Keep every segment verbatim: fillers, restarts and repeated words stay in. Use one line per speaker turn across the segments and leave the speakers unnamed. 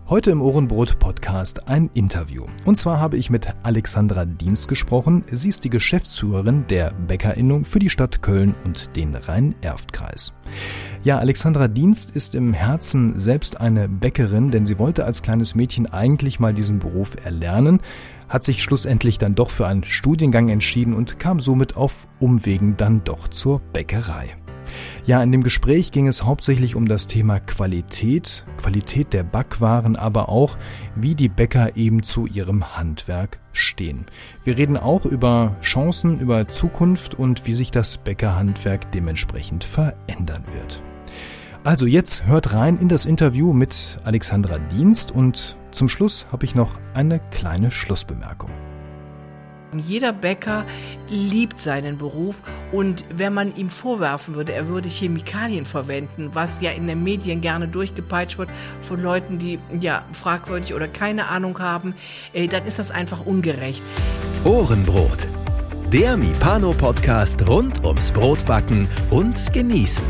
Heute im Ohrenbrot-Podcast ein Interview. Und zwar habe ich mit Alexandra Dienst gesprochen. Sie ist die Geschäftsführerin der Bäckerinnung für die Stadt Köln und den Rhein-Erft-Kreis. Ja, Alexandra Dienst ist im Herzen selbst eine Bäckerin, denn sie wollte als kleines Mädchen eigentlich mal diesen Beruf erlernen, hat sich schlussendlich dann doch für einen Studiengang entschieden und kam somit auf Umwegen dann doch zur Bäckerei. Ja, in dem Gespräch ging es hauptsächlich um das Thema Qualität, Qualität der Backwaren, aber auch, wie die Bäcker eben zu ihrem Handwerk stehen. Wir reden auch über Chancen, über Zukunft und wie sich das Bäckerhandwerk dementsprechend verändern wird. Also jetzt hört rein in das Interview mit Alexandra Dienst und zum Schluss habe ich noch eine kleine Schlussbemerkung.
Jeder Bäcker liebt seinen Beruf und wenn man ihm vorwerfen würde, er würde Chemikalien verwenden, was ja in den Medien gerne durchgepeitscht wird von Leuten, die ja fragwürdig oder keine Ahnung haben, äh, dann ist das einfach ungerecht.
Ohrenbrot, der Mipano-Podcast rund ums Brotbacken und Genießen.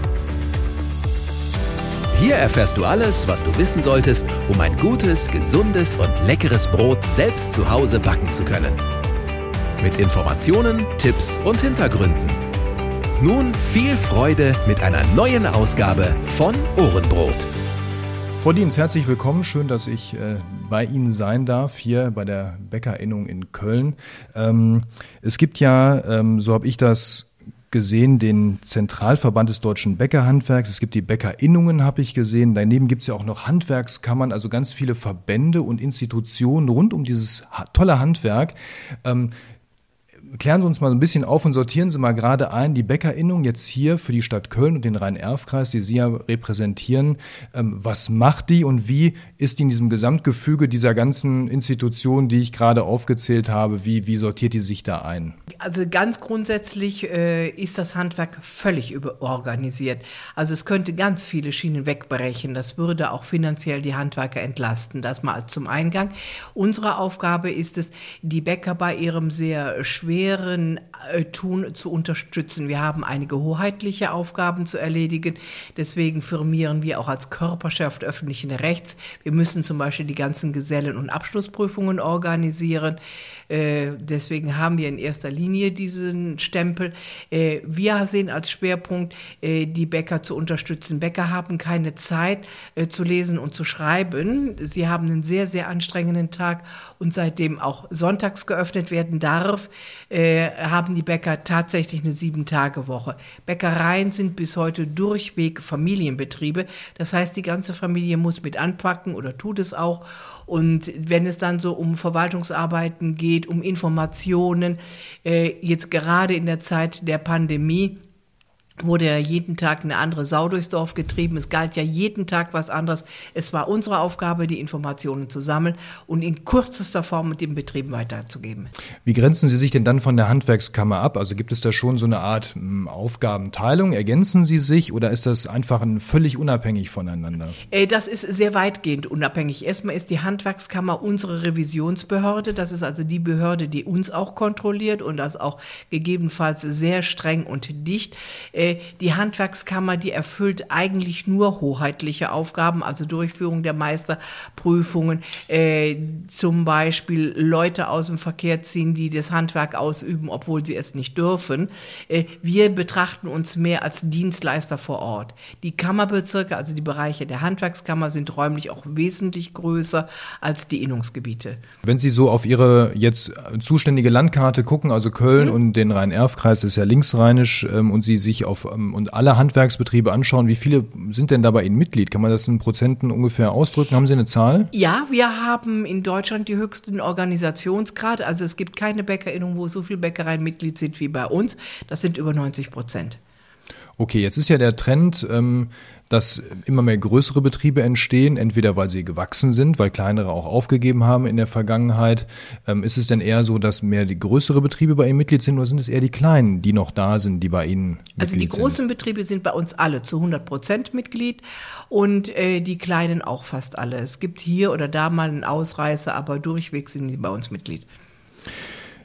Hier erfährst du alles, was du wissen solltest, um ein gutes, gesundes und leckeres Brot selbst zu Hause backen zu können. Mit Informationen, Tipps und Hintergründen. Nun viel Freude mit einer neuen Ausgabe von Ohrenbrot.
Frau Dienst, herzlich willkommen. Schön, dass ich äh, bei Ihnen sein darf, hier bei der Bäckerinnung in Köln. Ähm, es gibt ja, ähm, so habe ich das gesehen, den Zentralverband des deutschen Bäckerhandwerks. Es gibt die Bäckerinnungen, habe ich gesehen. Daneben gibt es ja auch noch Handwerkskammern, also ganz viele Verbände und Institutionen rund um dieses tolle Handwerk. Ähm, Klären Sie uns mal ein bisschen auf und sortieren Sie mal gerade ein, die Bäckerinnung jetzt hier für die Stadt Köln und den Rhein-Erft-Kreis, die Sie ja repräsentieren. Ähm, was macht die und wie ist die in diesem Gesamtgefüge dieser ganzen Institutionen, die ich gerade aufgezählt habe, wie, wie sortiert die sich da ein?
Also ganz grundsätzlich äh, ist das Handwerk völlig überorganisiert. Also es könnte ganz viele Schienen wegbrechen. Das würde auch finanziell die Handwerker entlasten. Das mal zum Eingang. Unsere Aufgabe ist es, die Bäcker bei ihrem sehr schweren Tun zu unterstützen. Wir haben einige hoheitliche Aufgaben zu erledigen. Deswegen firmieren wir auch als Körperschaft öffentlichen Rechts. Wir müssen zum Beispiel die ganzen Gesellen- und Abschlussprüfungen organisieren. Äh, deswegen haben wir in erster Linie diesen Stempel. Äh, wir sehen als Schwerpunkt, äh, die Bäcker zu unterstützen. Bäcker haben keine Zeit äh, zu lesen und zu schreiben. Sie haben einen sehr, sehr anstrengenden Tag und seitdem auch sonntags geöffnet werden darf, äh, haben die Bäcker tatsächlich eine Sieben-Tage-Woche. Bäckereien sind bis heute durchweg Familienbetriebe. Das heißt, die ganze Familie muss mit anpacken oder tut es auch. Und wenn es dann so um Verwaltungsarbeiten geht, um Informationen, äh, jetzt gerade in der Zeit der Pandemie, wurde ja jeden Tag eine andere Sau durchs Dorf getrieben. Es galt ja jeden Tag was anderes. Es war unsere Aufgabe, die Informationen zu sammeln und in kürzester Form mit dem Betrieb weiterzugeben.
Wie grenzen Sie sich denn dann von der Handwerkskammer ab? Also gibt es da schon so eine Art m, Aufgabenteilung? Ergänzen Sie sich oder ist das einfach ein völlig unabhängig voneinander?
Das ist sehr weitgehend unabhängig. Erstmal ist die Handwerkskammer unsere Revisionsbehörde. Das ist also die Behörde, die uns auch kontrolliert und das auch gegebenenfalls sehr streng und dicht. Die Handwerkskammer, die erfüllt eigentlich nur hoheitliche Aufgaben, also Durchführung der Meisterprüfungen, äh, zum Beispiel Leute aus dem Verkehr ziehen, die das Handwerk ausüben, obwohl sie es nicht dürfen. Äh, wir betrachten uns mehr als Dienstleister vor Ort. Die Kammerbezirke, also die Bereiche der Handwerkskammer, sind räumlich auch wesentlich größer als die Innungsgebiete.
Wenn Sie so auf Ihre jetzt zuständige Landkarte gucken, also Köln mhm. und den Rhein-Erft-Kreis ist ja linksrheinisch ähm, und Sie sich auf und alle Handwerksbetriebe anschauen, wie viele sind denn da bei Ihnen Mitglied? Kann man das in Prozenten ungefähr ausdrücken? Haben Sie eine Zahl?
Ja, wir haben in Deutschland die höchsten Organisationsgrad. Also es gibt keine Bäckerinnung, wo so viele Bäckereien Mitglied sind wie bei uns. Das sind über neunzig Prozent.
Okay, jetzt ist ja der Trend, ähm, dass immer mehr größere Betriebe entstehen, entweder weil sie gewachsen sind, weil kleinere auch aufgegeben haben in der Vergangenheit. Ähm, ist es denn eher so, dass mehr die größere Betriebe bei Ihnen Mitglied sind oder sind es eher die kleinen, die noch da sind, die bei Ihnen Mitglied sind?
Also die großen sind? Betriebe sind bei uns alle zu hundert Prozent Mitglied und äh, die kleinen auch fast alle. Es gibt hier oder da mal einen Ausreißer, aber durchweg sind die bei uns Mitglied.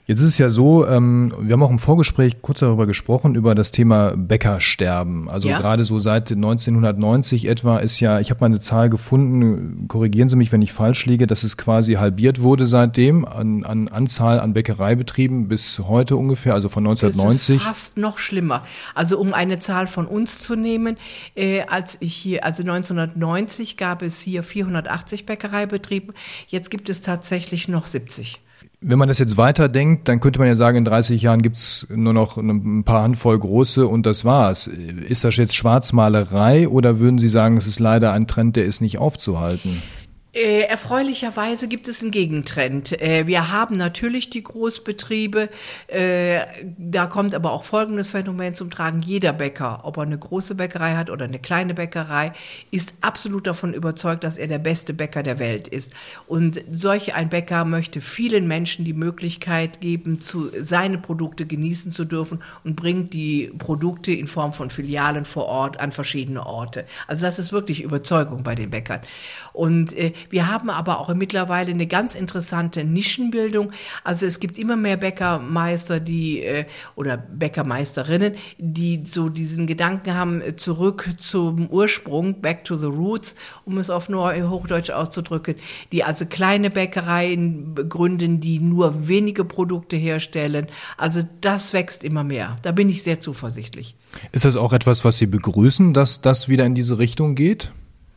Jetzt ist es ja so, ähm, wir haben auch im Vorgespräch kurz darüber gesprochen, über das Thema Bäckersterben. Also ja. gerade so seit neunzehnhundertneunzig etwa ist ja, ich habe mal eine Zahl gefunden, korrigieren Sie mich, wenn ich falsch liege, dass es quasi halbiert wurde seitdem an, an Anzahl an Bäckereibetrieben bis heute ungefähr, also von neunzehnhundertneunzig.
Es ist fast noch schlimmer. Also um eine Zahl von uns zu nehmen, äh, als ich hier, also neunzehnhundertneunzig gab es hier vierhundertachtzig Bäckereibetriebe, jetzt gibt es tatsächlich noch siebzig.
Wenn man das jetzt weiterdenkt, dann könnte man ja sagen, in dreißig Jahren gibt's nur noch ein paar Handvoll große und das war's. Ist das jetzt Schwarzmalerei oder würden Sie sagen, es ist leider ein Trend, der ist nicht aufzuhalten?
Äh, erfreulicherweise gibt es einen Gegentrend. Äh, wir haben natürlich die Großbetriebe, äh, da kommt aber auch folgendes Phänomen zum Tragen. Jeder Bäcker, ob er eine große Bäckerei hat oder eine kleine Bäckerei, ist absolut davon überzeugt, dass er der beste Bäcker der Welt ist. Und solch ein Bäcker möchte vielen Menschen die Möglichkeit geben, zu, seine Produkte genießen zu dürfen und bringt die Produkte in Form von Filialen vor Ort an verschiedene Orte. Also das ist wirklich Überzeugung bei den Bäckern. Und äh, wir haben aber auch mittlerweile eine ganz interessante Nischenbildung. Also es gibt immer mehr Bäckermeister, die äh, oder Bäckermeisterinnen, die so diesen Gedanken haben, zurück zum Ursprung, back to the roots, um es auf Hochdeutsch auszudrücken, die also kleine Bäckereien gründen, die nur wenige Produkte herstellen. Also das wächst immer mehr. Da bin ich sehr zuversichtlich.
Ist das auch etwas, was Sie begrüßen, dass das wieder in diese Richtung geht?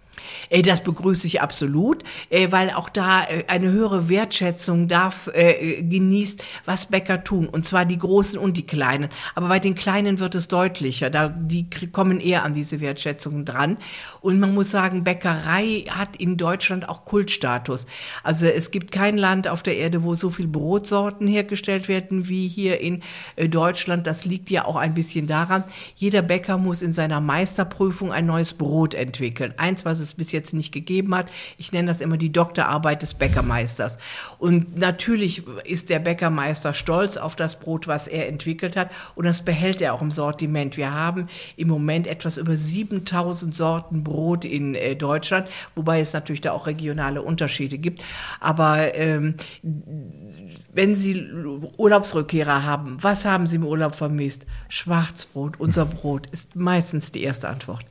Das begrüße ich absolut, weil auch da eine höhere Wertschätzung darf, äh, genießt, was Bäcker tun, und zwar die Großen und die Kleinen. Aber bei den Kleinen wird es deutlicher, da, die kommen eher an diese Wertschätzung dran. Und man muss sagen, Bäckerei hat in Deutschland auch Kultstatus. Also es gibt kein Land auf der Erde, wo so viel Brotsorten hergestellt werden wie hier in Deutschland. Das liegt ja auch ein bisschen daran, jeder Bäcker muss in seiner Meisterprüfung ein neues Brot entwickeln. Eins, was es bis jetzt nicht gegeben hat. Ich nenne das immer die Doktorarbeit des Bäckermeisters. Und natürlich ist der Bäckermeister stolz auf das Brot, was er entwickelt hat, und das behält er auch im Sortiment. Wir haben im Moment etwas über siebentausend Sorten Brot in äh, Deutschland, wobei es natürlich da auch regionale Unterschiede gibt. Aber ähm, wenn Sie Urlaubsrückkehrer haben, was haben Sie im Urlaub vermisst? Schwarzbrot, unser Brot, ist meistens die erste Antwort.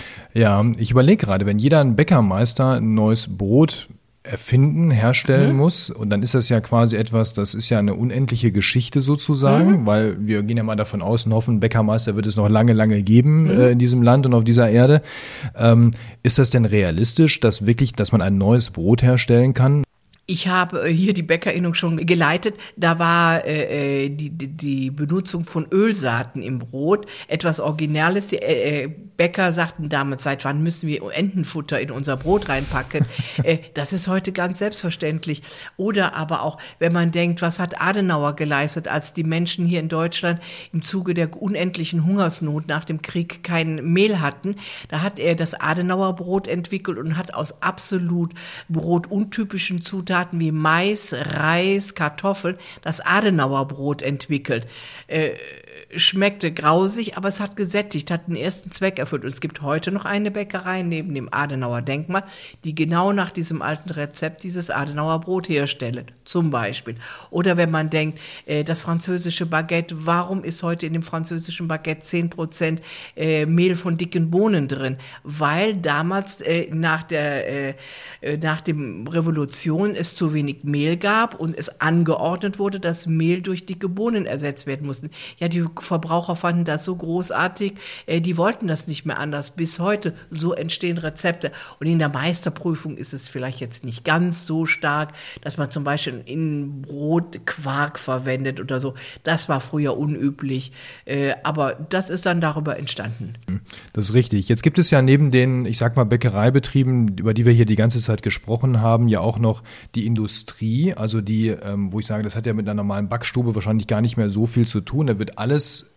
Ja, ich überlege gerade, wenn jeder ein Bäckermeister ein neues Brot erfinden, herstellen mhm. muss, und dann ist das ja quasi etwas, das ist ja eine unendliche Geschichte sozusagen, mhm. weil wir gehen ja mal davon aus und hoffen, Bäckermeister wird es noch lange, lange geben mhm. äh, in diesem Land und auf dieser Erde. Ähm, ist das denn realistisch, dass wirklich, dass man ein neues Brot herstellen kann?
Ich habe hier die Bäckerinnung schon geleitet. Da war äh, die, die, die Benutzung von Ölsaaten im Brot etwas Originales. Die äh, Bäcker sagten damals, seit wann müssen wir Entenfutter in unser Brot reinpacken? äh, das ist heute ganz selbstverständlich. Oder aber auch, wenn man denkt, was hat Adenauer geleistet, als die Menschen hier in Deutschland im Zuge der unendlichen Hungersnot nach dem Krieg kein Mehl hatten. Da hat er das Adenauer Brot entwickelt und hat aus absolut brotuntypischen Zutaten wie Mais, Reis, Kartoffeln das Adenauer Brot entwickelt. Äh, schmeckte grausig, aber es hat gesättigt, hat den ersten Zweck erfüllt. Und es gibt heute noch eine Bäckerei neben dem Adenauer Denkmal, die genau nach diesem alten Rezept dieses Adenauer Brot herstellt, zum Beispiel. Oder wenn man denkt, äh, das französische Baguette, warum ist heute in dem französischen Baguette zehn Prozent äh, Mehl von dicken Bohnen drin? Weil damals äh, nach der äh, nach dem Revolution es zu wenig Mehl gab und es angeordnet wurde, dass Mehl durch dicke Bohnen ersetzt werden mussten. Ja, die Verbraucher fanden das so großartig, äh, die wollten das nicht mehr anders. Bis heute, so entstehen Rezepte. Und in der Meisterprüfung ist es vielleicht jetzt nicht ganz so stark, dass man zum Beispiel in Brot Quark verwendet oder so. Das war früher unüblich, äh, aber das ist dann darüber entstanden.
Das ist richtig. Jetzt gibt es ja neben den, ich sag mal, Bäckereibetrieben, über die wir hier die ganze Zeit gesprochen haben, ja auch noch die Industrie, also die, ähm, wo ich sage, das hat ja mit einer normalen Backstube wahrscheinlich gar nicht mehr so viel zu tun. Da wird alles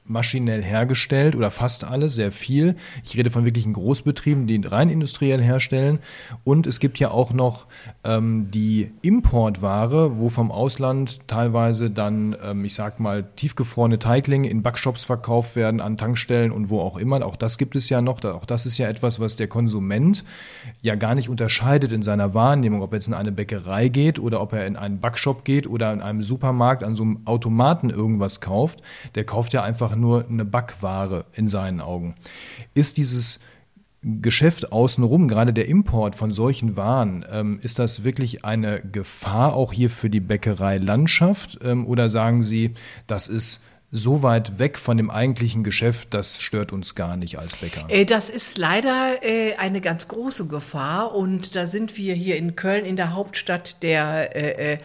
maschinell hergestellt oder fast alles, sehr viel. Ich rede von wirklichen Großbetrieben, die rein industriell herstellen. Und es gibt ja auch noch ähm, die Importware, wo vom Ausland teilweise dann, ähm, ich sag mal, tiefgefrorene Teiglinge in Backshops verkauft werden, an Tankstellen und wo auch immer. Auch das gibt es ja noch. Auch das ist ja etwas, was der Konsument ja gar nicht unterscheidet in seiner Wahrnehmung, ob er jetzt in eine Bäckerei geht oder ob er in einen Backshop geht oder in einem Supermarkt an so einem Automaten irgendwas kauft. Der kauft ja einfach nur eine Backware in seinen Augen. Ist dieses Geschäft außenrum, gerade der Import von solchen Waren, ähm, ist das wirklich eine Gefahr auch hier für die Bäckereilandschaft? Ähm, oder sagen Sie, das ist so weit weg von dem eigentlichen Geschäft, das stört uns gar nicht als Bäcker?
Das ist leider eine ganz große Gefahr und da sind wir hier in Köln, in der Hauptstadt der äh,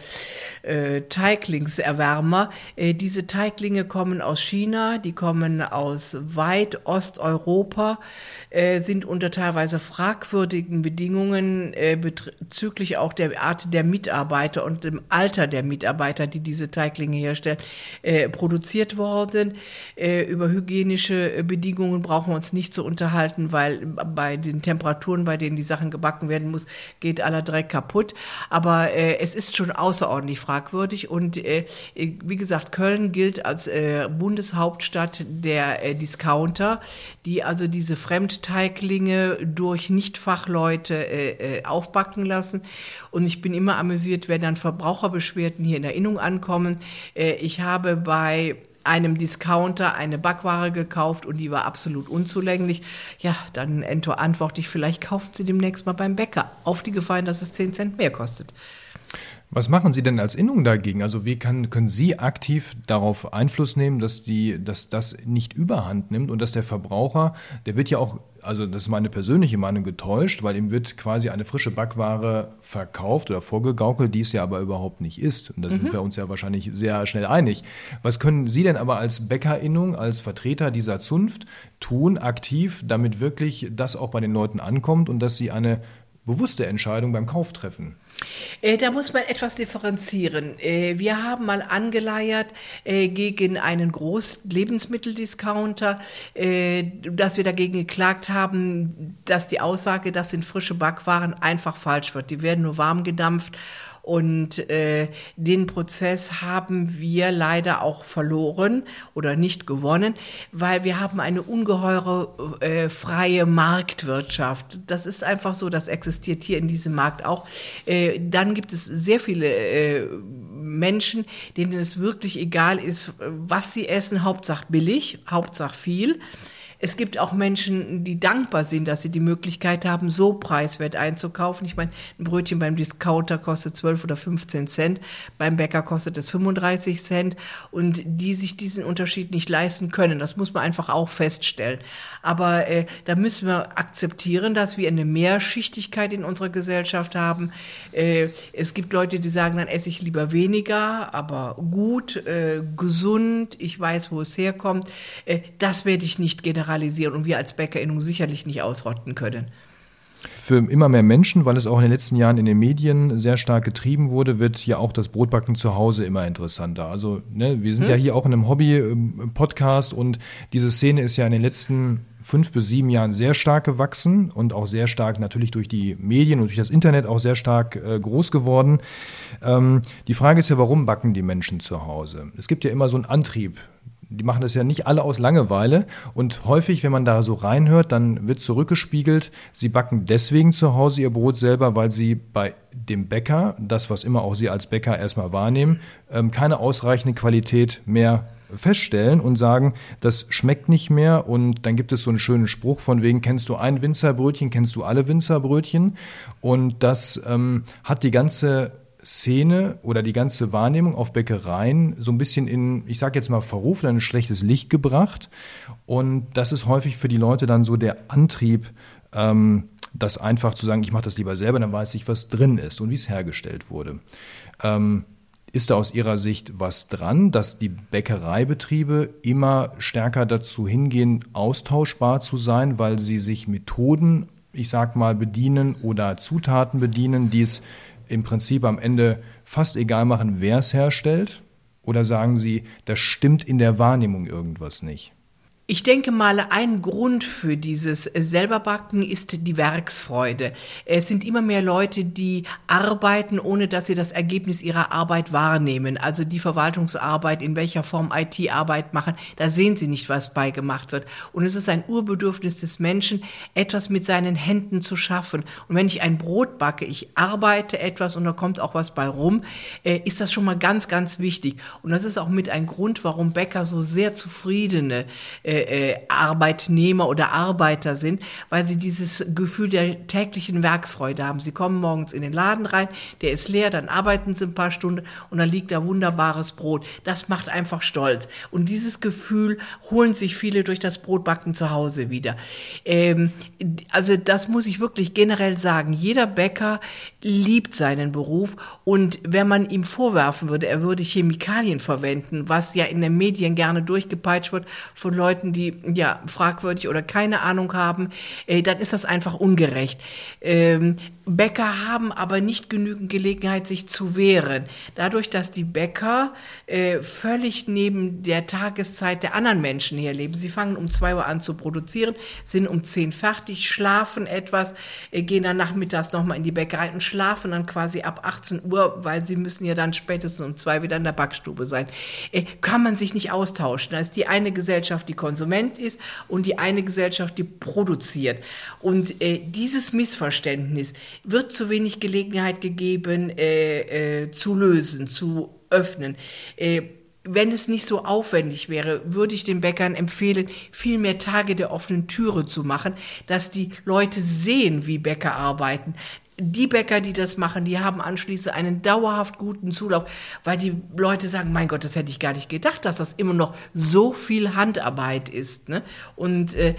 äh, Teiglingserwärmer. Äh, diese Teiglinge kommen aus China, die kommen aus weit Osteuropa, äh, sind unter teilweise fragwürdigen Bedingungen äh, bezüglich auch der Art der Mitarbeiter und dem Alter der Mitarbeiter, die diese Teiglinge herstellen, äh, produziert worden. Äh, über hygienische Bedingungen brauchen wir uns nicht zu unterhalten, weil bei den Temperaturen, bei denen die Sachen gebacken werden muss, geht aller Dreck kaputt. Aber äh, es ist schon außerordentlich fragwürdig und äh, wie gesagt, Köln gilt als äh, Bundeshauptstadt der äh, Discounter, die also diese Fremdteiglinge durch Nichtfachleute äh, aufbacken lassen. Und ich bin immer amüsiert, wenn dann Verbraucherbeschwerden hier in Erinnerung ankommen. Äh, ich habe bei einem Discounter eine Backware gekauft und die war absolut unzulänglich. Ja, dann antworte ich, vielleicht kaufen Sie demnächst mal beim Bäcker. Auf die Gefahr, dass es zehn Cent mehr kostet.
Was machen Sie denn als Innung dagegen? Also wie kann, können Sie aktiv darauf Einfluss nehmen, dass, die, dass das nicht überhand nimmt und dass der Verbraucher, der wird ja auch, also das ist meine persönliche Meinung, getäuscht, weil ihm wird quasi eine frische Backware verkauft oder vorgegaukelt, die es ja aber überhaupt nicht ist. Und da sind mhm. wir uns ja wahrscheinlich sehr schnell einig. Was können Sie denn aber als Bäckerinnung, als Vertreter dieser Zunft tun, aktiv, damit wirklich das auch bei den Leuten ankommt und dass sie eine bewusste Entscheidung beim Kauf treffen?
Da muss man etwas differenzieren. Wir haben mal angeleiert gegen einen Groß-Lebensmitteldiscounter, dass wir dagegen geklagt haben, dass die Aussage, das sind frische Backwaren, einfach falsch wird. Die werden nur warm gedampft. Und äh, den Prozess haben wir leider auch verloren oder nicht gewonnen, weil wir haben eine ungeheure äh, freie Marktwirtschaft. Das ist einfach so, das existiert hier in diesem Markt auch. Äh, dann gibt es sehr viele äh, Menschen, denen es wirklich egal ist, was sie essen, Hauptsache billig, Hauptsache viel. Es gibt auch Menschen, die dankbar sind, dass sie die Möglichkeit haben, so preiswert einzukaufen. Ich meine, ein Brötchen beim Discounter kostet zwölf oder fünfzehn Cent, beim Bäcker kostet es fünfunddreißig Cent und die sich diesen Unterschied nicht leisten können. Das muss man einfach auch feststellen. Aber äh, da müssen wir akzeptieren, dass wir eine Mehrschichtigkeit in unserer Gesellschaft haben. Äh, es gibt Leute, die sagen, dann esse ich lieber weniger, aber gut, äh, gesund, ich weiß, wo es herkommt. Äh, das werde ich nicht generalisieren. Und wir als BäckerInnung sicherlich nicht ausrotten können.
Für immer mehr Menschen, weil es auch in den letzten Jahren in den Medien sehr stark getrieben wurde, wird ja auch das Brotbacken zu Hause immer interessanter. Also ne, wir sind hm. ja hier auch in einem Hobby-Podcast und diese Szene ist ja in den letzten fünf bis sieben Jahren sehr stark gewachsen und auch sehr stark natürlich durch die Medien und durch das Internet auch sehr stark äh, groß geworden. Ähm, die Frage ist ja, warum backen die Menschen zu Hause? Es gibt ja immer so einen Antrieb. Die machen das ja nicht alle aus Langeweile und häufig, wenn man da so reinhört, dann wird zurückgespiegelt, sie backen deswegen zu Hause ihr Brot selber, weil sie bei dem Bäcker, das was immer auch sie als Bäcker erstmal wahrnehmen, keine ausreichende Qualität mehr feststellen und sagen, das schmeckt nicht mehr und dann gibt es so einen schönen Spruch von wegen, kennst du ein Winzerbrötchen, kennst du alle Winzerbrötchen und das ähm, hat die ganze Szene oder die ganze Wahrnehmung auf Bäckereien so ein bisschen in, ich sage jetzt mal, Verruf oder ein schlechtes Licht gebracht. Und das ist häufig für die Leute dann so der Antrieb, ähm, das einfach zu sagen, ich mache das lieber selber, dann weiß ich, was drin ist und wie es hergestellt wurde. Ähm, ist da aus Ihrer Sicht was dran, dass die Bäckereibetriebe immer stärker dazu hingehen, austauschbar zu sein, weil sie sich Methoden, ich sag mal, bedienen oder Zutaten bedienen, die es im Prinzip am Ende fast egal machen, wer es herstellt? Oder sagen Sie, da stimmt in der Wahrnehmung irgendwas nicht?
Ich denke mal, ein Grund für dieses Selberbacken ist die Werksfreude. Es sind immer mehr Leute, die arbeiten, ohne dass sie das Ergebnis ihrer Arbeit wahrnehmen. Also die Verwaltungsarbeit, in welcher Form I T-Arbeit machen, da sehen sie nicht, was bei gemacht wird. Und es ist ein Urbedürfnis des Menschen, etwas mit seinen Händen zu schaffen. Und wenn ich ein Brot backe, ich arbeite etwas und da kommt auch was bei rum, ist das schon mal ganz, ganz wichtig. Und das ist auch mit ein Grund, warum Bäcker so sehr zufriedene Arbeitnehmer oder Arbeiter sind, weil sie dieses Gefühl der täglichen Werksfreude haben. Sie kommen morgens in den Laden rein, der ist leer, dann arbeiten sie ein paar Stunden und dann liegt da wunderbares Brot. Das macht einfach stolz. Und dieses Gefühl holen sich viele durch das Brotbacken zu Hause wieder. Ähm, also das muss ich wirklich generell sagen. Jeder Bäcker liebt seinen Beruf und wenn man ihm vorwerfen würde, er würde Chemikalien verwenden, was ja in den Medien gerne durchgepeitscht wird von Leuten, die ja fragwürdig oder keine Ahnung haben, äh, dann ist das einfach ungerecht. Ähm, Bäcker haben aber nicht genügend Gelegenheit, sich zu wehren. Dadurch, dass die Bäcker äh, völlig neben der Tageszeit der anderen Menschen herleben. Sie fangen um zwei Uhr an zu produzieren, sind um zehn fertig, schlafen etwas, äh, gehen dann nachmittags nochmal in die Bäckerei und schlafen dann quasi ab achtzehn Uhr, weil sie müssen ja dann spätestens um zwei wieder in der Backstube sein. Äh, kann man sich nicht austauschen. Da ist die eine Gesellschaft, die Konsument ist und die eine Gesellschaft, die produziert. Und äh, dieses Missverständnis wird zu wenig Gelegenheit gegeben, äh, äh, zu lösen, zu öffnen. Äh, Wenn es nicht so aufwendig wäre, würde ich den Bäckern empfehlen, viel mehr Tage der offenen Türe zu machen, dass die Leute sehen, wie Bäcker arbeiten. Die Bäcker, die das machen, die haben anschließend einen dauerhaft guten Zulauf, weil die Leute sagen, mein Gott, das hätte ich gar nicht gedacht, dass das immer noch so viel Handarbeit ist. Ne? Und äh,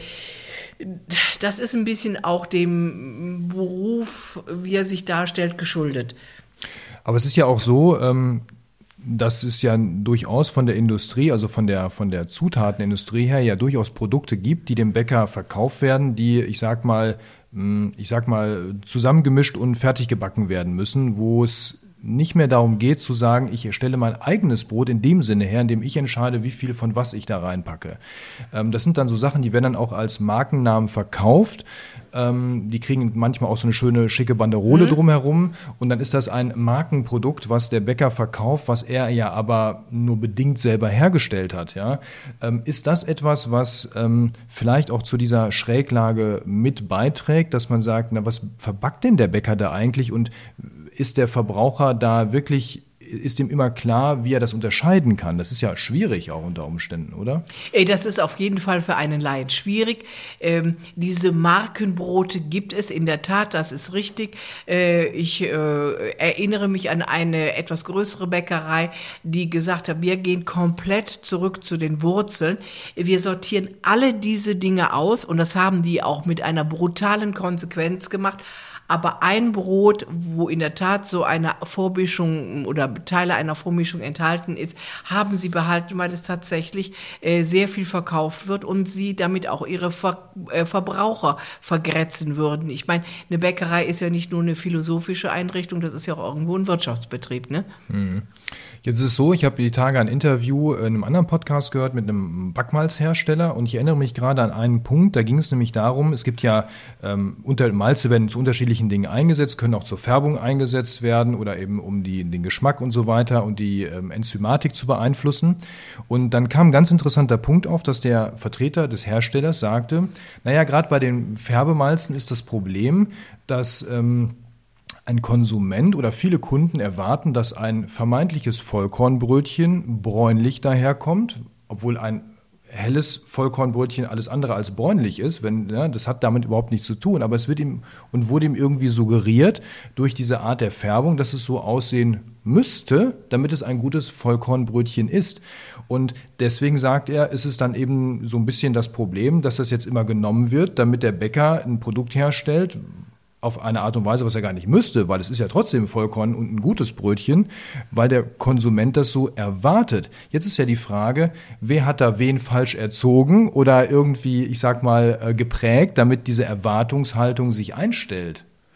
das ist ein bisschen auch dem Beruf, wie er sich darstellt, geschuldet.
Aber es ist ja auch so, ähm dass es ja durchaus von der Industrie, also von der, von der Zutatenindustrie her ja durchaus Produkte gibt, die dem Bäcker verkauft werden, die, ich sag mal, ich sag mal, zusammengemischt und fertig gebacken werden müssen, wo es nicht mehr darum geht zu sagen, ich erstelle mein eigenes Brot in dem Sinne her, indem ich entscheide, wie viel von was ich da reinpacke. Ähm, das sind dann so Sachen, die werden dann auch als Markennamen verkauft. Ähm, die kriegen manchmal auch so eine schöne, schicke Banderole mhm. drumherum. Und dann ist das ein Markenprodukt, was der Bäcker verkauft, was er ja aber nur bedingt selber hergestellt hat. Ja? Ähm, ist das etwas, was ähm, vielleicht auch zu dieser Schräglage mit beiträgt, dass man sagt, na, was verbackt denn der Bäcker da eigentlich und ist der Verbraucher da wirklich, ist ihm immer klar, wie er das unterscheiden kann? Das ist ja schwierig auch unter Umständen, oder?
Das ist auf jeden Fall für einen Laien schwierig. Ähm, diese Markenbrote gibt es in der Tat, das ist richtig. Äh, ich äh, erinnere mich an eine etwas größere Bäckerei, die gesagt hat, wir gehen komplett zurück zu den Wurzeln. Wir sortieren alle diese Dinge aus und das haben die auch mit einer brutalen Konsequenz gemacht. Aber ein Brot, wo in der Tat so eine Vormischung oder Teile einer Vormischung enthalten ist, haben sie behalten, weil es tatsächlich äh, sehr viel verkauft wird und sie damit auch ihre Ver- äh, Verbraucher vergrätzen würden. Ich meine, eine Bäckerei ist ja nicht nur eine philosophische Einrichtung, das ist ja auch irgendwo ein Wirtschaftsbetrieb, ne?
Mhm. Jetzt ist es so, ich habe die Tage ein Interview in einem anderen Podcast gehört mit einem Backmalzhersteller und ich erinnere mich gerade an einen Punkt, da ging es nämlich darum, es gibt ja ähm, unter, Malze werden zu unterschiedlichen Dingen eingesetzt, können auch zur Färbung eingesetzt werden oder eben um die, den Geschmack und so weiter und die ähm, Enzymatik zu beeinflussen. Und dann kam ein ganz interessanter Punkt auf, dass der Vertreter des Herstellers sagte, naja, gerade bei den Färbemalzen ist das Problem, dass ähm, ein Konsument oder viele Kunden erwarten, dass ein vermeintliches Vollkornbrötchen bräunlich daherkommt, obwohl ein helles Vollkornbrötchen alles andere als bräunlich ist. Wenn, ja, das hat damit überhaupt nichts zu tun, aber es wird ihm und wurde ihm irgendwie suggeriert durch diese Art der Färbung, dass es so aussehen müsste, damit es ein gutes Vollkornbrötchen ist. Und deswegen sagt er, ist es dann eben so ein bisschen das Problem, dass das jetzt immer genommen wird, damit der Bäcker ein Produkt herstellt, auf eine Art und Weise, was er gar nicht müsste, weil es ist ja trotzdem Vollkorn und ein gutes Brötchen, weil der Konsument das so erwartet. Jetzt ist ja die Frage, wer hat da wen falsch erzogen oder irgendwie, ich sag mal, geprägt, damit diese Erwartungshaltung sich einstellt?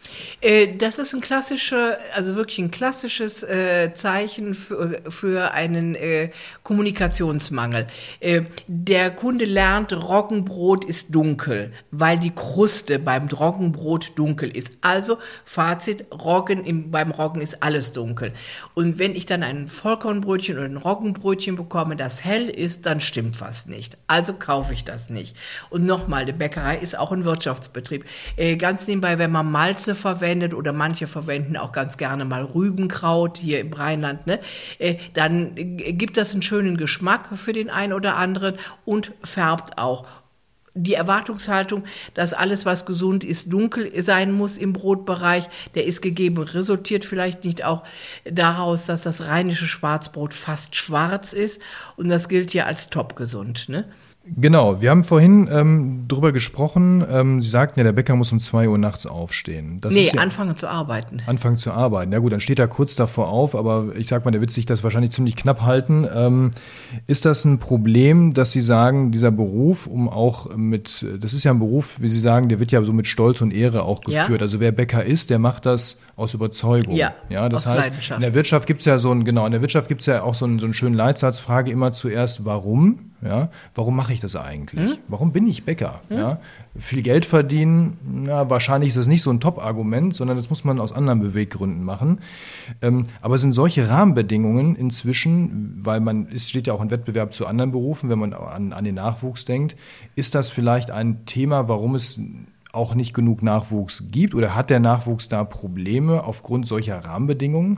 Das ist ein klassischer, also wirklich ein klassisches äh, Zeichen für, für einen äh, Kommunikationsmangel. Äh, der Kunde lernt, Roggenbrot ist dunkel, weil die Kruste beim Roggenbrot dunkel ist. Also Fazit, Roggen im, beim Roggen ist alles dunkel. Und wenn ich dann ein Vollkornbrötchen oder ein Roggenbrötchen bekomme, das hell ist, dann stimmt was nicht. Also kaufe ich das nicht. Und nochmal, die Bäckerei ist auch ein Wirtschaftsbetrieb. Äh, ganz nebenbei, wenn man Malze verwendet oder manche verwenden auch ganz gerne mal Rübenkraut hier im Rheinland, ne, äh, dann äh, gibt das einen schönen Geschmack für den einen oder anderen und färbt auch. Die Erwartungshaltung, dass alles, was gesund ist, dunkel sein muss im Brotbereich, der ist gegeben und resultiert vielleicht nicht auch daraus, dass das rheinische Schwarzbrot fast schwarz ist und das gilt ja als top gesund, ne?
Genau, wir haben vorhin ähm, drüber gesprochen, ähm, Sie sagten ja, der Bäcker muss um zwei Uhr nachts aufstehen. Das
nee,
ist ja
anfangen zu arbeiten.
Anfangen zu arbeiten, ja gut, dann steht er kurz davor auf, aber ich sag mal, der wird sich das wahrscheinlich ziemlich knapp halten. Ähm, ist das ein Problem, dass Sie sagen, dieser Beruf, um auch mit, das ist ja ein Beruf, wie Sie sagen, der wird ja so mit Stolz und Ehre auch geführt. Ja. Also wer Bäcker ist, der macht das aus Überzeugung.
Ja,
ja das
aus
heißt,
Leidenschaft.
In der Wirtschaft gibt's ja so ein, genau, in der Wirtschaft gibt's ja auch so einen, so einen schönen Leitsatz, Frage immer zuerst, warum? Ja, warum mache ich das eigentlich? Hm? Warum bin ich Bäcker? Hm? Ja, viel Geld verdienen, na, wahrscheinlich ist das nicht so ein Top-Argument, sondern das muss man aus anderen Beweggründen machen. Ähm, aber es sind solche Rahmenbedingungen inzwischen, weil man, es steht ja auch ein Wettbewerb zu anderen Berufen, wenn man an, an den Nachwuchs denkt, ist das vielleicht ein Thema, warum es auch nicht genug Nachwuchs gibt oder hat der Nachwuchs da Probleme aufgrund solcher Rahmenbedingungen?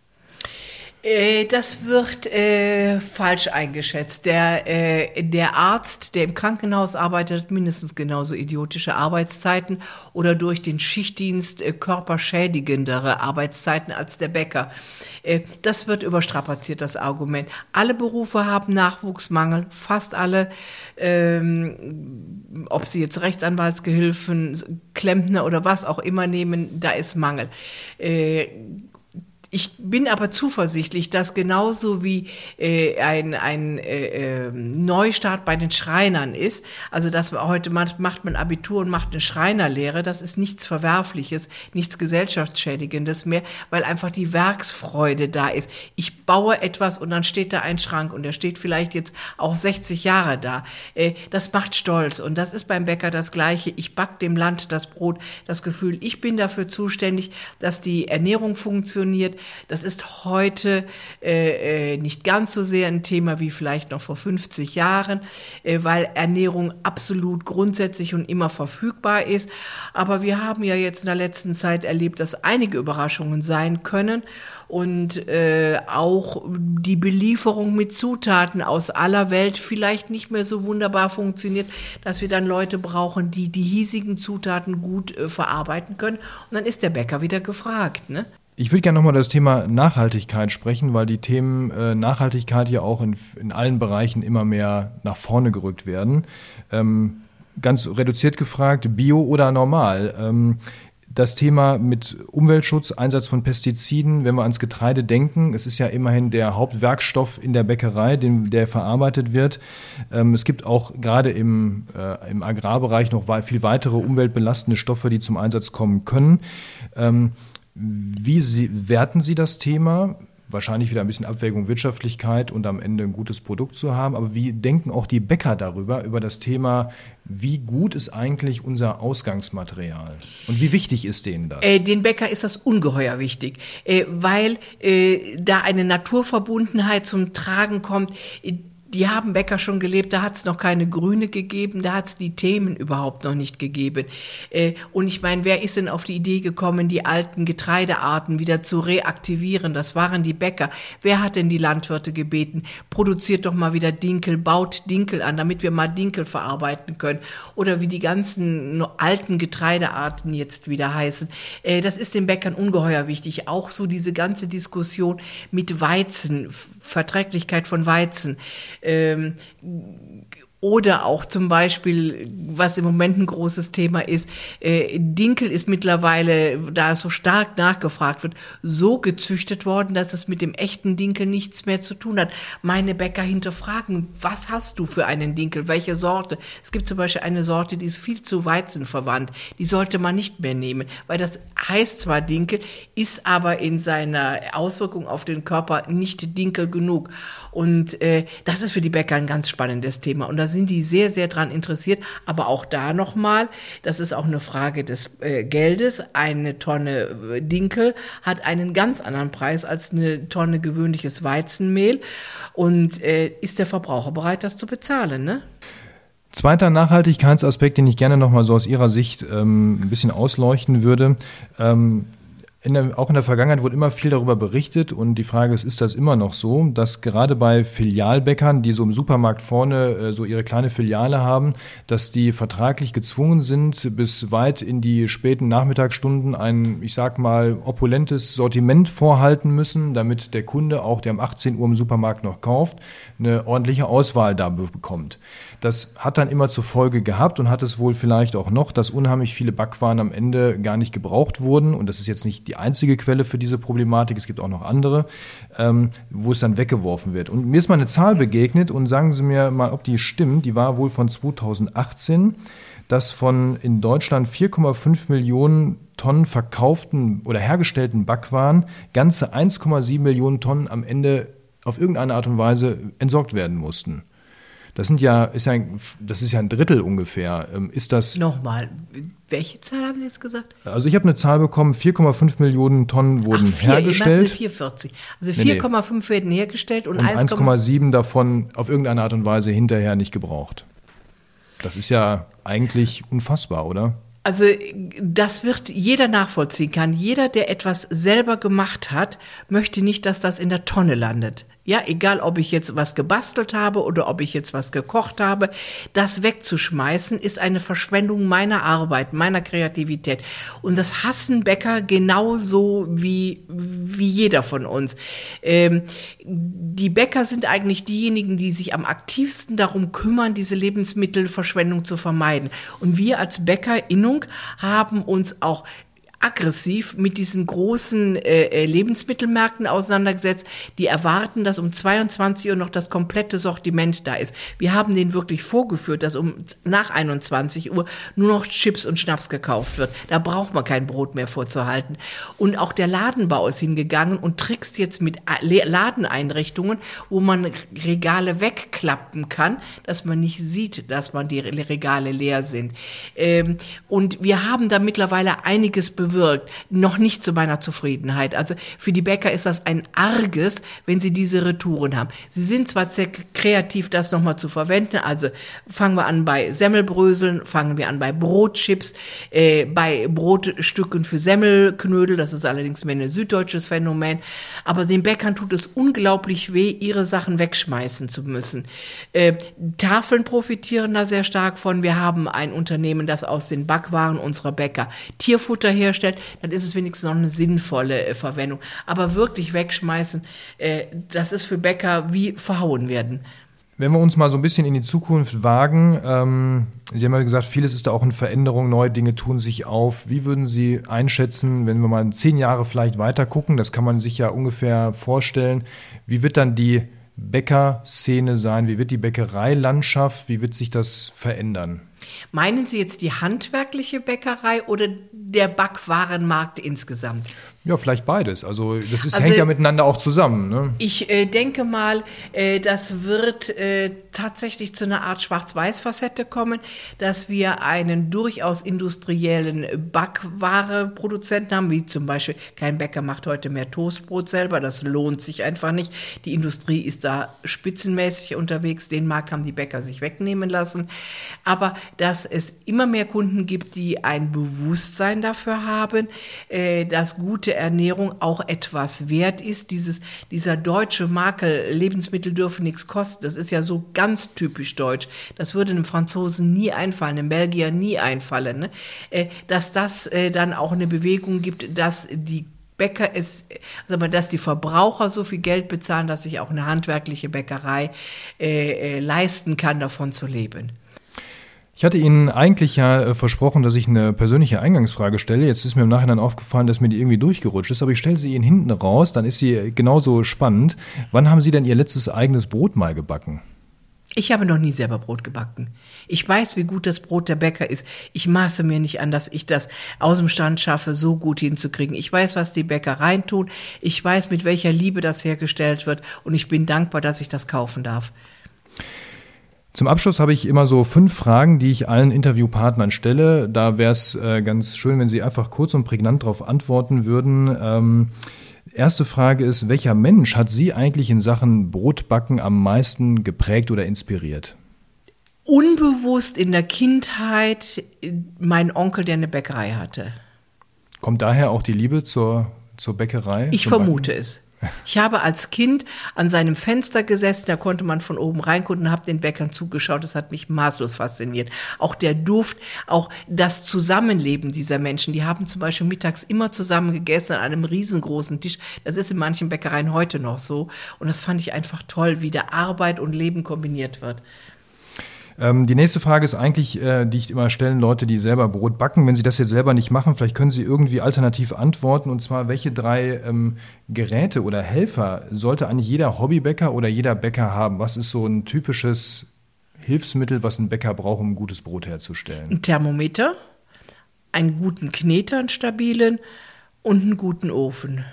Das wird äh, falsch eingeschätzt. Der, äh, der Arzt, der im Krankenhaus arbeitet, hat mindestens genauso idiotische Arbeitszeiten oder durch den Schichtdienst äh, körperschädigendere Arbeitszeiten als der Bäcker. Äh, das wird überstrapaziert, das Argument. Alle Berufe haben Nachwuchsmangel, fast alle. Ähm, ob sie jetzt Rechtsanwaltsgehilfen, Klempner oder was auch immer nehmen, da ist Mangel. Äh, Ich bin aber zuversichtlich, dass genauso wie äh, ein, ein äh, Neustart bei den Schreinern ist, also dass man heute macht, macht man Abitur und macht eine Schreinerlehre, das ist nichts Verwerfliches, nichts Gesellschaftsschädigendes mehr, weil einfach die Werksfreude da ist. Ich baue etwas und dann steht da ein Schrank und der steht vielleicht jetzt auch sechzig Jahre da. Äh, das macht stolz und das ist beim Bäcker das Gleiche. Ich back dem Land das Brot, das Gefühl, ich bin dafür zuständig, dass die Ernährung funktioniert. Das ist heute äh, nicht ganz so sehr ein Thema wie vielleicht noch vor fünfzig Jahren, äh, weil Ernährung absolut grundsätzlich und immer verfügbar ist. Aber wir haben ja jetzt in der letzten Zeit erlebt, dass einige Überraschungen sein können und äh, auch die Belieferung mit Zutaten aus aller Welt vielleicht nicht mehr so wunderbar funktioniert, dass wir dann Leute brauchen, die die hiesigen Zutaten gut äh, verarbeiten können. Und dann ist der Bäcker wieder gefragt, ne?
Ich würde gerne nochmal das Thema Nachhaltigkeit sprechen, weil die Themen äh, Nachhaltigkeit ja auch in, in allen Bereichen immer mehr nach vorne gerückt werden. Ähm, ganz reduziert gefragt, Bio oder normal? Ähm, das Thema mit Umweltschutz, Einsatz von Pestiziden, wenn wir ans Getreide denken, es ist ja immerhin der Hauptwerkstoff in der Bäckerei, den, der verarbeitet wird. Ähm, es gibt auch gerade im, äh, im Agrarbereich noch viel weitere umweltbelastende Stoffe, die zum Einsatz kommen können. Ähm, Wie Sie, werten Sie das Thema? Wahrscheinlich wieder ein bisschen Abwägung Wirtschaftlichkeit und am Ende ein gutes Produkt zu haben. Aber wie denken auch die Bäcker darüber, über das Thema, wie gut ist eigentlich unser Ausgangsmaterial? Und wie wichtig ist denen das?
Äh, den Bäcker ist das ungeheuer wichtig, äh, weil äh, da eine Naturverbundenheit zum Tragen kommt. Die haben Bäcker schon gelebt, da hat es noch keine Grüne gegeben, da hat es die Themen überhaupt noch nicht gegeben. Äh, und ich meine, wer ist denn auf die Idee gekommen, die alten Getreidearten wieder zu reaktivieren? Das waren die Bäcker. Wer hat denn die Landwirte gebeten? Produziert doch mal wieder Dinkel, baut Dinkel an, damit wir mal Dinkel verarbeiten können. Oder wie die ganzen alten Getreidearten jetzt wieder heißen. Äh, das ist den Bäckern ungeheuer wichtig. Auch so diese ganze Diskussion mit Weizen, Verträglichkeit von Weizen. Ähm, Oder auch zum Beispiel, was im Moment ein großes Thema ist, äh, Dinkel ist mittlerweile, da es so stark nachgefragt wird, so gezüchtet worden, dass es mit dem echten Dinkel nichts mehr zu tun hat. Meine Bäcker hinterfragen, was hast du für einen Dinkel, welche Sorte? Es gibt zum Beispiel eine Sorte, die ist viel zu weizenverwandt, die sollte man nicht mehr nehmen, weil das heißt zwar Dinkel, ist aber in seiner Auswirkung auf den Körper nicht Dinkel genug. Und äh, das ist für die Bäcker ein ganz spannendes Thema. Und da sind die sehr, sehr dran interessiert. Aber auch da nochmal, das ist auch eine Frage des äh, Geldes. Eine Tonne äh, Dinkel hat einen ganz anderen Preis als eine Tonne gewöhnliches Weizenmehl. Und äh, ist der Verbraucher bereit, das zu bezahlen, ne?
Zweiter Nachhaltigkeitsaspekt, den ich gerne nochmal so aus Ihrer Sicht ähm, ein bisschen ausleuchten würde. Ähm, In der, auch in der Vergangenheit wurde immer viel darüber berichtet und die Frage ist, ist das immer noch so, dass gerade bei Filialbäckern, die so im Supermarkt vorne äh, so ihre kleine Filiale haben, dass die vertraglich gezwungen sind, bis weit in die späten Nachmittagsstunden ein, ich sag mal, opulentes Sortiment vorhalten müssen, damit der Kunde, auch der um achtzehn Uhr im Supermarkt noch kauft, eine ordentliche Auswahl da bekommt. Das hat dann immer zur Folge gehabt und hat es wohl vielleicht auch noch, dass unheimlich viele Backwaren am Ende gar nicht gebraucht wurden und das ist jetzt nicht die einzige Quelle für diese Problematik, es gibt auch noch andere, ähm, wo es dann weggeworfen wird. Und mir ist mal eine Zahl begegnet und sagen Sie mir mal, ob die stimmt, die war wohl von zweitausendachtzehn, dass von in Deutschland vier Komma fünf Millionen Tonnen verkauften oder hergestellten Backwaren ganze eins Komma sieben Millionen Tonnen am Ende auf irgendeine Art und Weise entsorgt werden mussten. Das sind ja, ist ja ein, das ist ja ein Drittel ungefähr. Ist das
Nochmal, welche Zahl haben Sie jetzt gesagt?
Also ich habe eine Zahl bekommen, vier Komma fünf Millionen Tonnen wurden
Ach, vier,
hergestellt.
vier Komma vierzig. Also vier Komma fünf nee, nee. werden hergestellt und,
und eins Komma sieben davon auf irgendeine Art und Weise hinterher nicht gebraucht. Das ist ja eigentlich unfassbar, oder?
Also das wird jeder nachvollziehen kann. Jeder, der etwas selber gemacht hat, möchte nicht, dass das in der Tonne landet. Ja, egal, ob ich jetzt was gebastelt habe oder ob ich jetzt was gekocht habe, das wegzuschmeißen ist eine Verschwendung meiner Arbeit, meiner Kreativität. Und das hassen Bäcker genauso wie, wie jeder von uns. Ähm, die Bäcker sind eigentlich diejenigen, die sich am aktivsten darum kümmern, diese Lebensmittelverschwendung zu vermeiden. Und wir als Bäckerinnung haben uns auch aggressiv mit diesen großen äh, Lebensmittelmärkten auseinandergesetzt, die erwarten, dass um zweiundzwanzig Uhr noch das komplette Sortiment da ist. Wir haben denen wirklich vorgeführt, dass um nach einundzwanzig Uhr nur noch Chips und Schnaps gekauft wird. Da braucht man kein Brot mehr vorzuhalten. Und auch der Ladenbau ist hingegangen und trickst jetzt mit Ladeneinrichtungen, wo man Regale wegklappen kann, dass man nicht sieht, dass man die Regale leer sind. Ähm, und wir haben da mittlerweile einiges bewirkt. Wirkt, noch nicht zu meiner Zufriedenheit. Also für die Bäcker ist das ein Arges, wenn sie diese Retouren haben. Sie sind zwar sehr kreativ, das nochmal zu verwenden, also fangen wir an bei Semmelbröseln, fangen wir an bei Brotchips, äh, bei Brotstücken für Semmelknödel, das ist allerdings mehr ein süddeutsches Phänomen, aber den Bäckern tut es unglaublich weh, ihre Sachen wegschmeißen zu müssen. Äh, Tafeln profitieren da sehr stark von. Wir haben ein Unternehmen, das aus den Backwaren unserer Bäcker Tierfutter herstellt, dann ist es wenigstens noch eine sinnvolle äh, Verwendung. Aber wirklich wegschmeißen, äh, das ist für Bäcker wie verhauen werden.
Wenn wir uns mal so ein bisschen in die Zukunft wagen, ähm, Sie haben ja gesagt, vieles ist da auch in Veränderung, neue Dinge tun sich auf. Wie würden Sie einschätzen, wenn wir mal zehn Jahre vielleicht weiter gucken, das kann man sich ja ungefähr vorstellen, wie wird dann die Bäckerszene sein, wie wird die Bäckereilandschaft, wie wird sich das verändern?
Meinen Sie jetzt die handwerkliche Bäckerei oder der Backwarenmarkt insgesamt?
Ja, vielleicht beides. Also das ist,
also,
hängt ja miteinander auch zusammen. Ne?
Ich äh, denke mal, äh, das wird äh, tatsächlich zu einer Art Schwarz-Weiß-Facette kommen, dass wir einen durchaus industriellen Backwareproduzenten haben, wie zum Beispiel, kein Bäcker macht heute mehr Toastbrot selber, das lohnt sich einfach nicht. Die Industrie ist da spitzenmäßig unterwegs, den Markt haben die Bäcker sich wegnehmen lassen. Aber dass es immer mehr Kunden gibt, die ein Bewusstsein dafür haben, äh, dass gute Ernährung auch etwas wert ist. Dieses, dieser deutsche Makel, Lebensmittel dürfen nichts kosten, das ist ja so ganz typisch deutsch. Das würde einem Franzosen nie einfallen, einem Belgier nie einfallen. Ne? Äh, dass das äh, dann auch eine Bewegung gibt, dass die Bäcker ist, also dass die Verbraucher so viel Geld bezahlen, dass sich auch eine handwerkliche Bäckerei äh, äh, leisten kann, davon zu leben.
Ich hatte Ihnen eigentlich ja äh, versprochen, dass ich eine persönliche Eingangsfrage stelle. Jetzt ist mir im Nachhinein aufgefallen, dass mir die irgendwie durchgerutscht ist, aber ich stelle sie Ihnen hinten raus, dann ist sie genauso spannend. Wann haben Sie denn Ihr letztes eigenes Brot mal gebacken?
Ich habe noch nie selber Brot gebacken. Ich weiß, wie gut das Brot der Bäcker ist. Ich maße mir nicht an, dass ich das aus dem Stand schaffe, so gut hinzukriegen. Ich weiß, was die Bäckereien tun. Ich weiß, mit welcher Liebe das hergestellt wird. Und ich bin dankbar, dass ich das kaufen darf.
Zum Abschluss habe ich immer so fünf Fragen, die ich allen Interviewpartnern stelle. Da wäre es äh, ganz schön, wenn Sie einfach kurz und prägnant darauf antworten würden. Ähm, Erste Frage ist, welcher Mensch hat Sie eigentlich in Sachen Brotbacken am meisten geprägt oder inspiriert?
Unbewusst in der Kindheit mein Onkel, der eine Bäckerei hatte.
Kommt daher auch die Liebe zur, zur Bäckerei?
Ich vermute es. Ich habe als Kind an seinem Fenster gesessen, da konnte man von oben reingucken und habe den Bäckern zugeschaut. Das hat mich maßlos fasziniert. Auch der Duft, auch das Zusammenleben dieser Menschen. Die haben zum Beispiel mittags immer zusammen gegessen an einem riesengroßen Tisch. Das ist in manchen Bäckereien heute noch so. Und das fand ich einfach toll, wie da Arbeit und Leben kombiniert wird.
Ähm, die nächste Frage ist eigentlich, äh, die ich immer stellen, Leute, die selber Brot backen. Wenn Sie das jetzt selber nicht machen, vielleicht können Sie irgendwie alternativ antworten. Und zwar, welche drei ähm, Geräte oder Helfer sollte eigentlich jeder Hobbybäcker oder jeder Bäcker haben? Was ist so ein typisches Hilfsmittel, was ein Bäcker braucht, um ein gutes Brot herzustellen?
Ein Thermometer, einen guten Kneter, einen stabilen und einen guten Ofen.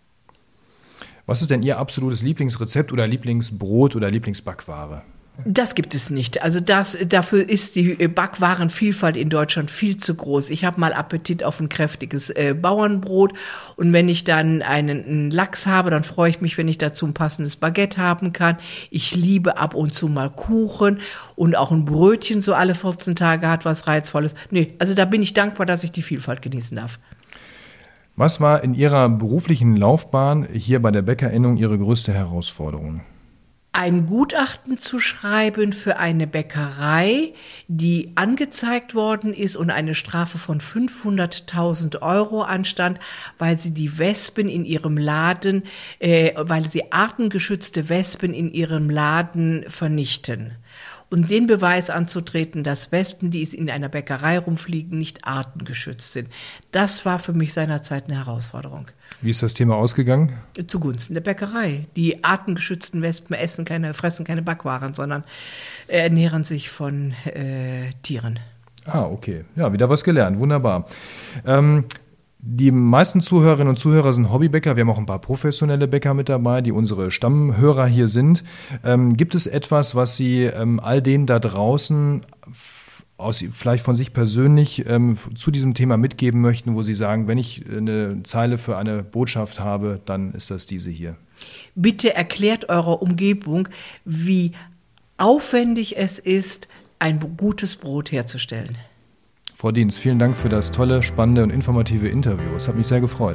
Was ist denn Ihr absolutes Lieblingsrezept oder Lieblingsbrot oder Lieblingsbackware?
Das gibt es nicht. Also das, dafür ist die Backwarenvielfalt in Deutschland viel zu groß. Ich habe mal Appetit auf ein kräftiges äh, Bauernbrot und wenn ich dann einen, einen Lachs habe, dann freue ich mich, wenn ich dazu ein passendes Baguette haben kann. Ich liebe ab und zu mal Kuchen und auch ein Brötchen so alle vierzehn Tage hat was Reizvolles. Nee, also da bin ich dankbar, dass ich die Vielfalt genießen darf.
Was war in Ihrer beruflichen Laufbahn hier bei der Bäckerinnung Ihre größte Herausforderung?
Ein Gutachten zu schreiben für eine Bäckerei, die angezeigt worden ist und eine Strafe von fünfhunderttausend Euro anstand, weil sie die Wespen in ihrem Laden, äh, weil sie artengeschützte Wespen in ihrem Laden vernichten. Und den Beweis anzutreten, dass Wespen, die in einer Bäckerei rumfliegen, nicht artengeschützt sind. Das war für mich seinerzeit eine Herausforderung.
Wie ist das Thema ausgegangen?
Zugunsten der Bäckerei. Die artengeschützten Wespen essen keine, fressen keine Backwaren, sondern ernähren sich von äh, Tieren.
Ah, okay. Ja, wieder was gelernt. Wunderbar. Ähm, Die meisten Zuhörerinnen und Zuhörer sind Hobbybäcker. Wir haben auch ein paar professionelle Bäcker mit dabei, die unsere Stammhörer hier sind. Ähm, gibt es etwas, was Sie ähm, all denen da draußen f- aus, vielleicht von sich persönlich ähm, zu diesem Thema mitgeben möchten, wo Sie sagen, wenn ich eine Zeile für eine Botschaft habe, dann ist das diese hier?
Bitte erklärt eurer Umgebung, wie aufwendig es ist, ein gutes Brot herzustellen.
Frau Dienz, vielen Dank für das tolle, spannende und informative Interview. Es hat mich sehr gefreut.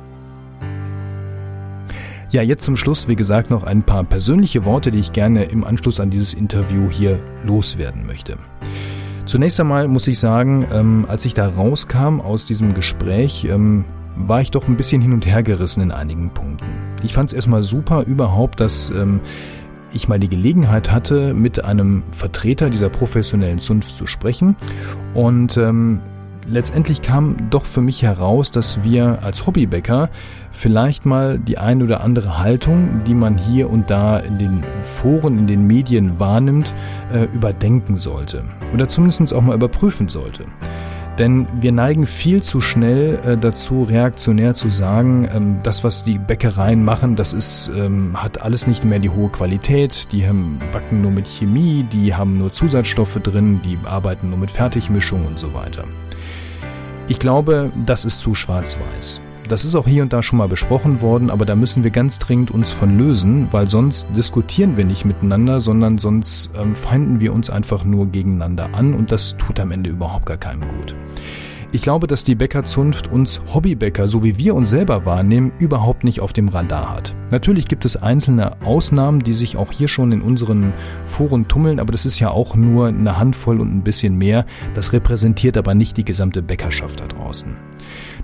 Ja, jetzt zum Schluss, wie gesagt, noch ein paar persönliche Worte, die ich gerne im Anschluss an dieses Interview hier loswerden möchte. Zunächst einmal muss ich sagen, ähm, als ich da rauskam aus diesem Gespräch, ähm, war ich doch ein bisschen hin und her gerissen in einigen Punkten. Ich fand es erstmal super überhaupt, dass ähm, ich mal die Gelegenheit hatte, mit einem Vertreter dieser professionellen Zunft zu sprechen. Und ähm, letztendlich kam doch für mich heraus, dass wir als Hobbybäcker vielleicht mal die eine oder andere Haltung, die man hier und da in den Foren, in den Medien wahrnimmt, äh, überdenken sollte. Oder zumindest auch mal überprüfen sollte. Denn wir neigen viel zu schnell äh, dazu, reaktionär zu sagen, ähm, das, was die Bäckereien machen, das ist, ähm, hat alles nicht mehr die hohe Qualität, die haben, backen nur mit Chemie, die haben nur Zusatzstoffe drin, die arbeiten nur mit Fertigmischung und so weiter. Ich glaube, das ist zu schwarz-weiß. Das ist auch hier und da schon mal besprochen worden, aber da müssen wir ganz dringend uns von lösen, weil sonst diskutieren wir nicht miteinander, sondern sonst ähm, feinden wir uns einfach nur gegeneinander an und das tut am Ende überhaupt gar keinem gut. Ich glaube, dass die Bäckerzunft uns Hobbybäcker, so wie wir uns selber wahrnehmen, überhaupt nicht auf dem Radar hat. Natürlich gibt es einzelne Ausnahmen, die sich auch hier schon in unseren Foren tummeln, aber das ist ja auch nur eine Handvoll und ein bisschen mehr. Das repräsentiert aber nicht die gesamte Bäckerschaft da draußen.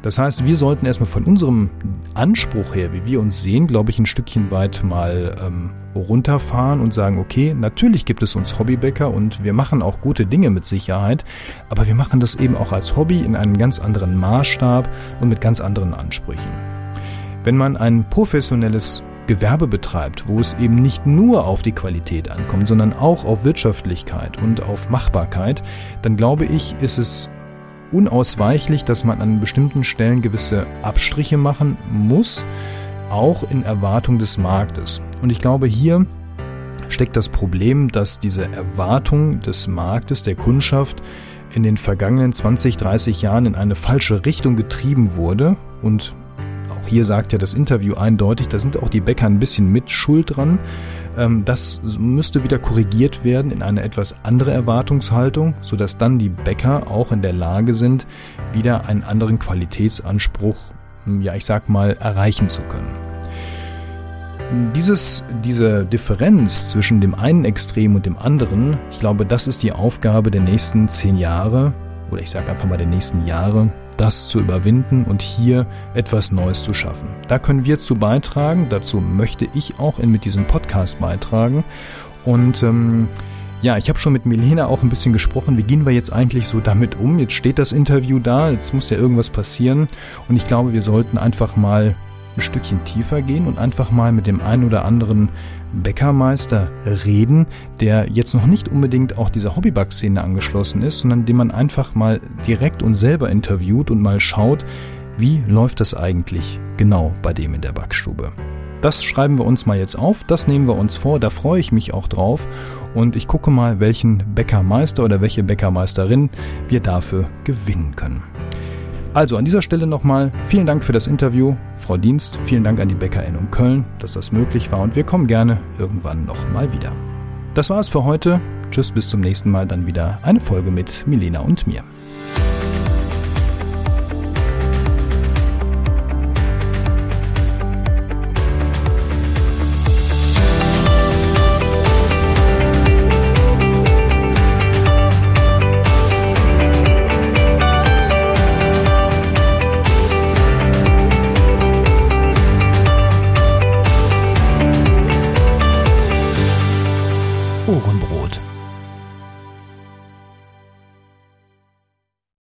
Das heißt, wir sollten erstmal von unserem Anspruch her, wie wir uns sehen, glaube ich, ein Stückchen weit mal ähm, runterfahren und sagen, okay, natürlich gibt es uns Hobbybäcker und wir machen auch gute Dinge mit Sicherheit, aber wir machen das eben auch als Hobby in einem ganz anderen Maßstab und mit ganz anderen Ansprüchen. Wenn man ein professionelles Gewerbe betreibt, wo es eben nicht nur auf die Qualität ankommt, sondern auch auf Wirtschaftlichkeit und auf Machbarkeit, dann glaube ich, ist es unausweichlich, dass man an bestimmten Stellen gewisse Abstriche machen muss, auch in Erwartung des Marktes. Und ich glaube, hier steckt das Problem, dass diese Erwartung des Marktes, der Kundschaft, in den vergangenen zwanzig, dreißig Jahren in eine falsche Richtung getrieben wurde. Und auch hier sagt ja das Interview eindeutig, da sind auch die Bäcker ein bisschen mit Schuld dran. Das müsste wieder korrigiert werden in eine etwas andere Erwartungshaltung, sodass dann die Bäcker auch in der Lage sind, wieder einen anderen Qualitätsanspruch, ja ich sag mal, erreichen zu können. Dieses, diese Differenz zwischen dem einen Extrem und dem anderen, ich glaube, das ist die Aufgabe der nächsten zehn Jahre, oder ich sage einfach mal der nächsten Jahre, das zu überwinden und hier etwas Neues zu schaffen. Da können wir zu beitragen, dazu möchte ich auch in, mit diesem Podcast beitragen. Und ähm, ja, ich habe schon mit Milena auch ein bisschen gesprochen, wie gehen wir jetzt eigentlich so damit um? Jetzt steht das Interview da, jetzt muss ja irgendwas passieren und ich glaube, wir sollten einfach mal ein Stückchen tiefer gehen und einfach mal mit dem einen oder anderen Bäckermeister reden, der jetzt noch nicht unbedingt auch dieser Hobbyback-Szene angeschlossen ist, sondern den man einfach mal direkt und selber interviewt und mal schaut, wie läuft das eigentlich genau bei dem in der Backstube. Das schreiben wir uns mal jetzt auf, das nehmen wir uns vor, da freue ich mich auch drauf und ich gucke mal, welchen Bäckermeister oder welche Bäckermeisterin wir dafür gewinnen können. Also an dieser Stelle nochmal vielen Dank für das Interview, Frau Dienst, vielen Dank an die BäckerInnen Köln, dass das möglich war und wir kommen gerne irgendwann nochmal wieder. Das war es für heute, tschüss, bis zum nächsten Mal, dann wieder eine Folge mit Milena und mir. Ohrenbrot.